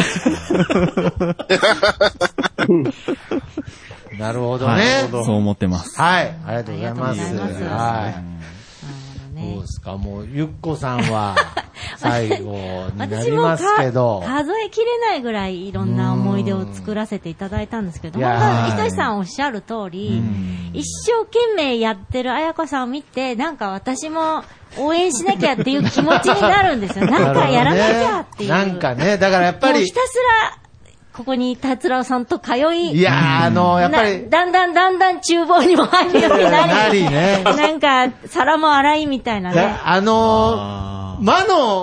なるほどね、
はい。そう思ってます。
はい。ありがとうございます。はい。どうですか、もう、ゆっこさんは、最後になりますけど。
数えきれないぐらいいろんな思い出を作らせていただいたんですけど、本当にひとしさんおっしゃる通り、一生懸命やってる綾子さんを見て、なんか私も応援しなきゃっていう気持ちになるんですよ。なんかやらなきゃっていう。
なんかね、だからやっぱり。
ひたすら、ここに達郎さんと通い、
いやー、あのー、やっぱり
だんだんだんだん厨房にも入るようになり、
なりね、
なんか皿も洗いみたいなね。
あのー、魔の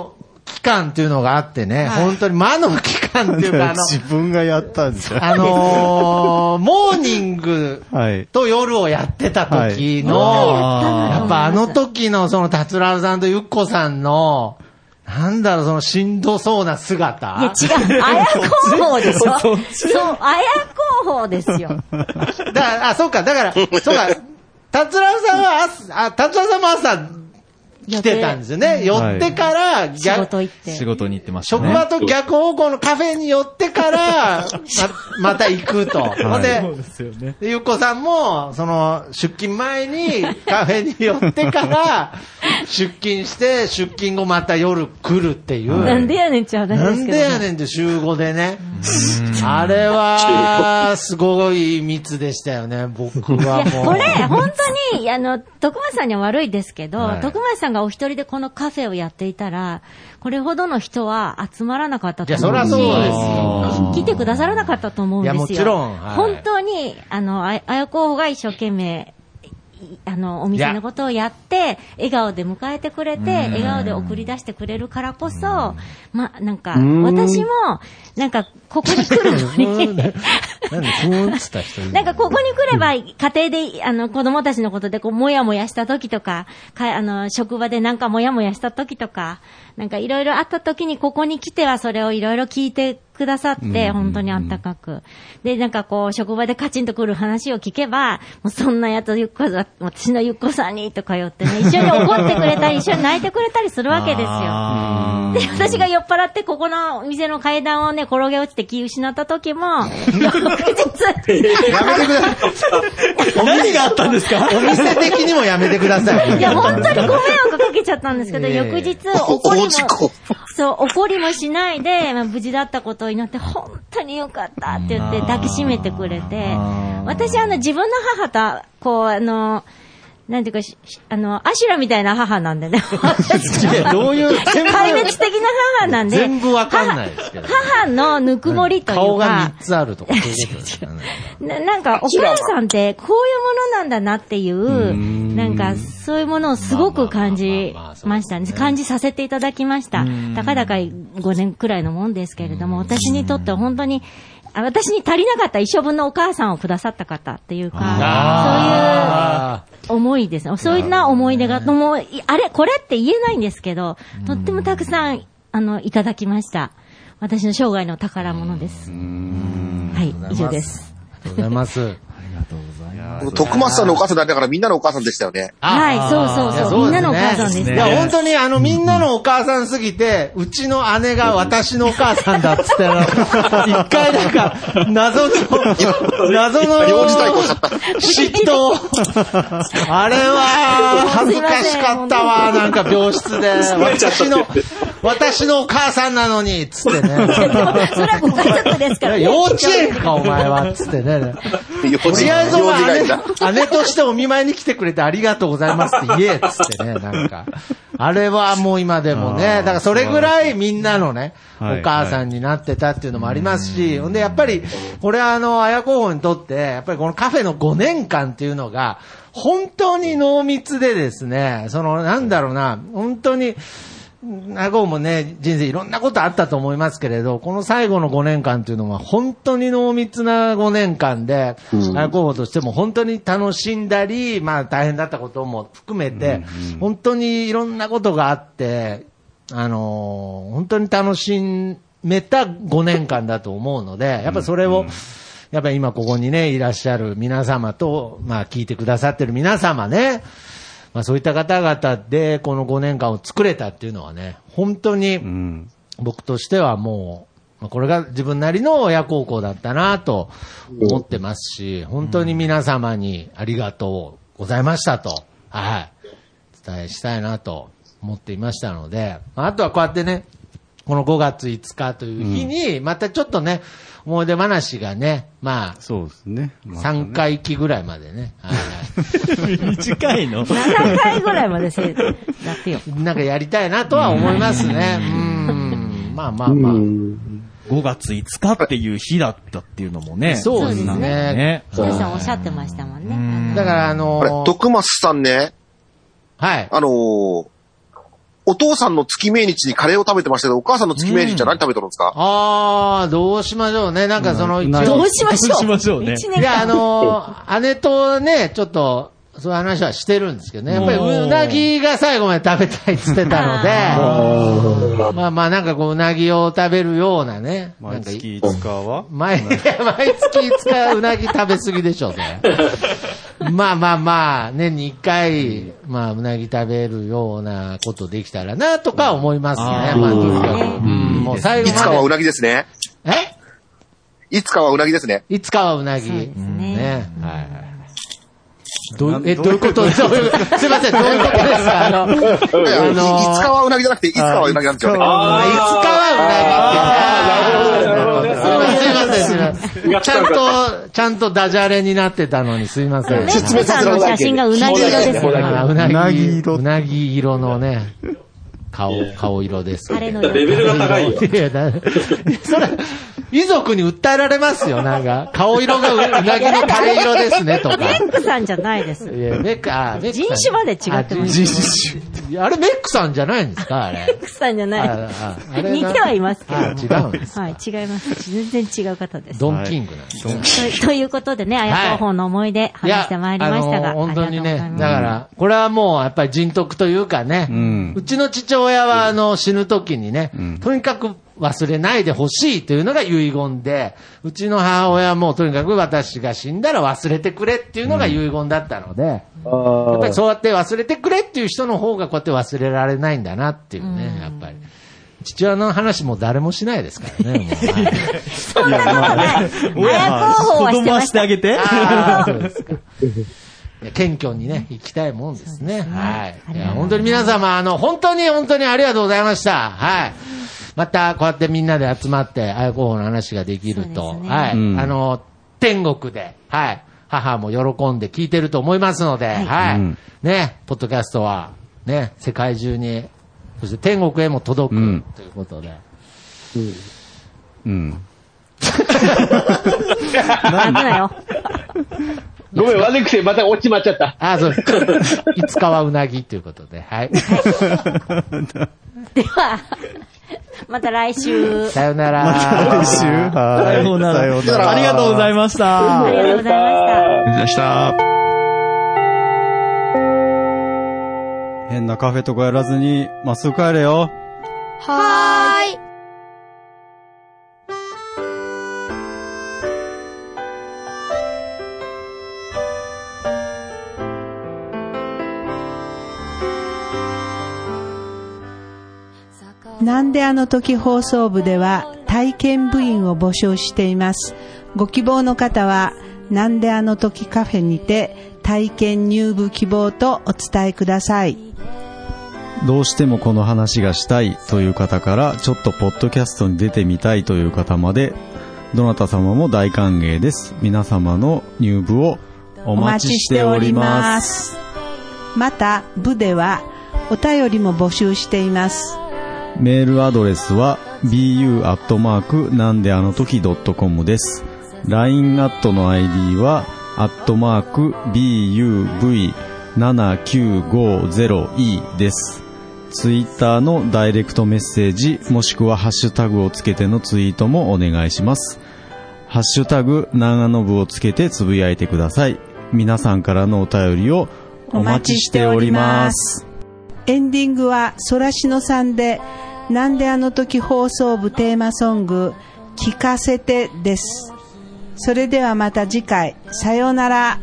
期間っていうのがあってね、はい、本当に魔の期間っていうか、あの、
自分がやったんですよ。
あのー、モーニングと夜をやってた時の、はい、やっぱあの時のその達郎さんとゆっこさんの、なんだろう、そのしんどそうな姿。
いや違う、あや広報でしょ。そう、あや広報ですよ。
だから、あ、そうか、だから、そうか、達郎さんは朝、あ、達郎さんも朝、来てたんですよね。寄ってから、
逆、仕事行って。
仕事に行ってましたね。
職場と逆方向のカフェに寄ってから、ま、また行くと。ほんで、そうですよね。ゆっこさんも、その、出勤前にカフェに寄ってから、出勤して、出勤後また夜来るっていう。
なんでやねんって話ですけど、ね。
なんでやねんって週ごでね。あれは、すごい密でしたよね、僕はもう。
これ、本当に、あの、徳松さんには悪いですけど、はい、徳松さんがお一人でこのカフェをやっていたら、これほどの人は集まらなかったと思うし。いや、
そりゃそうですよ。
来てくださらなかったと思うんですよ。
いや、もちろん。
はい、本当に、あの、あや候補が一生懸命、あの、お店のことをやって、笑顔で迎えてくれて、笑顔で送り出してくれるからこそ、ま、なんか、私も、なんか、ここに来るのに、なんか、ここに来れば、家庭で、あの、子供たちのことで、こう、もやもやした時とか、か、あの、職場でなんかもやもやした時とか、なんかいろいろあった時に、ここに来てはそれをいろいろ聞いてくださって、本当にあったかく。で、なんかこう、職場でカチンと来る話を聞けば、もうそんなやつゆっこさん、私のゆっこさんに、とか言ってね、一緒に怒ってくれたり、一緒に泣いてくれたりするわけですよ。で、私が酔っ払って、ここの店の階段をね、転げ落ちて気失った時も、翌日。やめてくださ
い。何があったんですか？
お店的にもやめてください。
いや、本当にご迷惑かけちゃったんですけど、翌日、怒りも、そう、怒りもしないで、まあ、無事だったことを祈って、本当によかったって言って抱きしめてくれて、私はあの、自分の母と、こう、あの、なんていうか、あの、アシュラみたいな母なんでね。
どういう、
壊滅的な母なんで。
全部わかんないですけど、ね。
母のぬくもりというか。
顔がみっつあるとか、そういうことですかね。
な, なんか、お母さんってこういうものなんだなっていう、なんか、そういうものをすごく感じましたね。感じさせていただきました。たかだかごねんくらいのもんですけれども、私にとっては本当に、私に足りなかった一生分のお母さんをくださった方っていうか、そういう思いですね。そういうな思い出が、もう、あれ、これって言えないんですけど、とってもたくさん、あの、いただきました。私の生涯の宝物です。はい、以上です。
ありがとうございます。
ありがとうございます。
徳松さんのお母さんだからみんなのお母さんでしたよね。
はい、そうそうそう。みんなのお母さんですね。
いや、本当にあの、みんなのお母さんすぎて、うちの姉が私のお母さんだっつって、一回なんか、謎の、謎の、嫉妬。あれは、恥ずかしかったわ、なんか病室で。私の、私のお母さんなのに、つってね。それ
はご家族ですからね。
幼稚園か、お前は、つってね。とりあえずは姉、姉としてお見舞いに来てくれてありがとうございますって言え、つってね、なんか。あれはもう今でもね、だからそれぐらいみんなのね、お母さんになってたっていうのもありますし、ほんでやっぱり、これはあの、綾候補にとって、やっぱりこのカフェのごねんかんっていうのが、本当に濃密でですね、その、なんだろうな、本当に、綾候補もね、人生いろんなことあったと思いますけれど、この最後のごねんかんというのは本当に濃密なごねんかんで、綾候補としても本当に楽しんだり、まあ大変だったことも含めて、本当にいろんなことがあって、あのー、本当に楽しめたごねんかんだと思うので、やっぱそれを、やっぱり今ここにね、いらっしゃる皆様と、まあ聞いてくださってる皆様ね、まあそういった方々でこのごねんかんを作れたっていうのはね、本当に僕としてはもう、これが自分なりの親孝行だったなと思ってますし、本当に皆様にありがとうございましたと、はい、伝えしたいなと思っていましたので、あとはこうやってね、このごがついつかという日に、またちょっとね、思い出話がね、まあ、
そうですね。
さんかいきぐらいまでね。
はい、短いの ?な
な 回ぐらいまでせだってよ。
なんかやりたいなとは思いますね。うん。まあまあまあ。
ごがついつかっていう日だったっていうのもね。
そうですね。
皆さんおっしゃってましたもんね。
だからあのー、
徳松さんね。
はい。
あのー、 お父さんの月命日にカレーを食べてましたけど、お母さんの月命日は何食べてるんですか？
うん、ああ、どうしましょうね。なんかその、
どうしましょう。どうしましょう
ね。いや、あのー、姉とね、ちょっと、そういう話はしてるんですけどね。やっぱりうなぎが最後まで食べたいって言ってたので、まあまあなんかこううなぎを食べるようなね。
毎月いつかは
毎、毎月いつかうなぎ食べ過ぎでしょうね。まあまあまあ、年にいっかい、まあうなぎ食べるようなことできたらなとか思いますね。まあとにかく。うん、もう最後まで。
いつかはうなぎですね。
え
いつかはうなぎですね。
いつかはうなぎ。
そうですね。
ね。はいはい。どう、え、どういうことですか？すいません、どういうことですか？あの、あのー、い
つかはうなぎじゃなくて、いつかはうなぎなんですよね。
ああ、いつかはうなぎって。なるほど、なるほど。すいません、すいません。ちゃんと、ちゃんとダジャレになってたのにすいません。
説明さんの写真がうなぎ色ですよ。
うなぎ色。うなぎ色のね、顔、顔色です。
レベルが高いよ。いや、だ、
それ、遺族に訴えられますよ、なんか。顔色がうなぎのタレ色ですね、とか。
メックさんじゃないです。
いや、メック、あ、メック
人種まで違ってます。
人種。あれメックさんじゃないんですか、あれ。
メックさんじゃない。ああ似てはいますけど。
あ、違うんです。
はい、違います。全然違う方です。
ドンキングなんです。ドンキン
グ。ということでね、綾候補の思い出話してまいりましたが。
本当にね、だから、これはもうやっぱり人徳というかね、うちの父親はあの死ぬ時にね、とにかく忘れないでほしいというのが遺言で、うちの母親もとにかく私が死んだら忘れてくれっていうのが遺言だったので、やっぱりそうやって忘れてくれっていう人の方がこうやって忘れられないんだなっていうね、やっぱり。父親の話も誰もしないですからね。もう
そんなことない。親候補はしてました。
あげて。
あそうですか。謙虚にね、行きたいもんですね。すねはい。いや、本当に皆様、あの、本当に本当にありがとうございました。はい。また、こうやってみんなで集まって、綾候補の話ができると、ね、はい、うん。あの、天国で、はい。母も喜んで聞いてると思いますので、はい。はい、うん、ね、ポッドキャストは、ね、世界中に、そして天国へも届く、うん、ということで。うん。
うん。
泣くなよ。
ごめん、悪いくせまた落ちまっちゃった。
あ、そうです。いつかはうなぎということで、はい。
では、また来週。
さよなら。
また来週。
さよなら。さよなら。
ありがとうございました。
ありがとうございました。
ありがとうございました。
変なカフェとかやらずに、まっすぐ帰れよ。
はーい。
なんであの時放送部では体験部員を募集しています。ご希望の方はなんであの時カフェにて体験入部希望とお伝えください。
どうしてもこの話がしたいという方からちょっとポッドキャストに出てみたいという方までどなた様も大歓迎です。皆様の入部をお待ちしております。
また部ではお便りも募集しています。
メールアドレスは ビーユー アットマーク なんであの時 ドットコム です。ライン アットの アイディー はアットマーク ビーユーブイななきゅうごゼロイー です。ツイッターのダイレクトメッセージもしくはハッシュタグをつけてのツイートもお願いします。ハッシュタグ長野部をつけてつぶやいてください。皆さんからのお便りをお待ちしております。
エンディングはソラシノさんでなんであの時放送部テーマソング聞かせてです。それではまた次回、さようなら。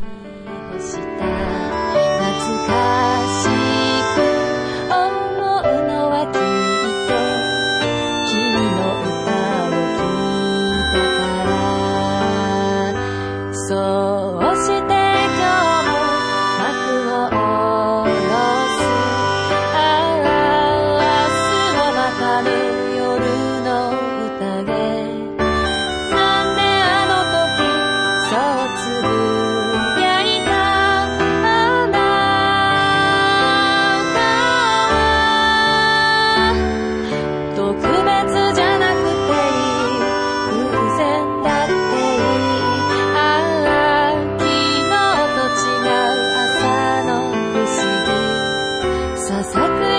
ささく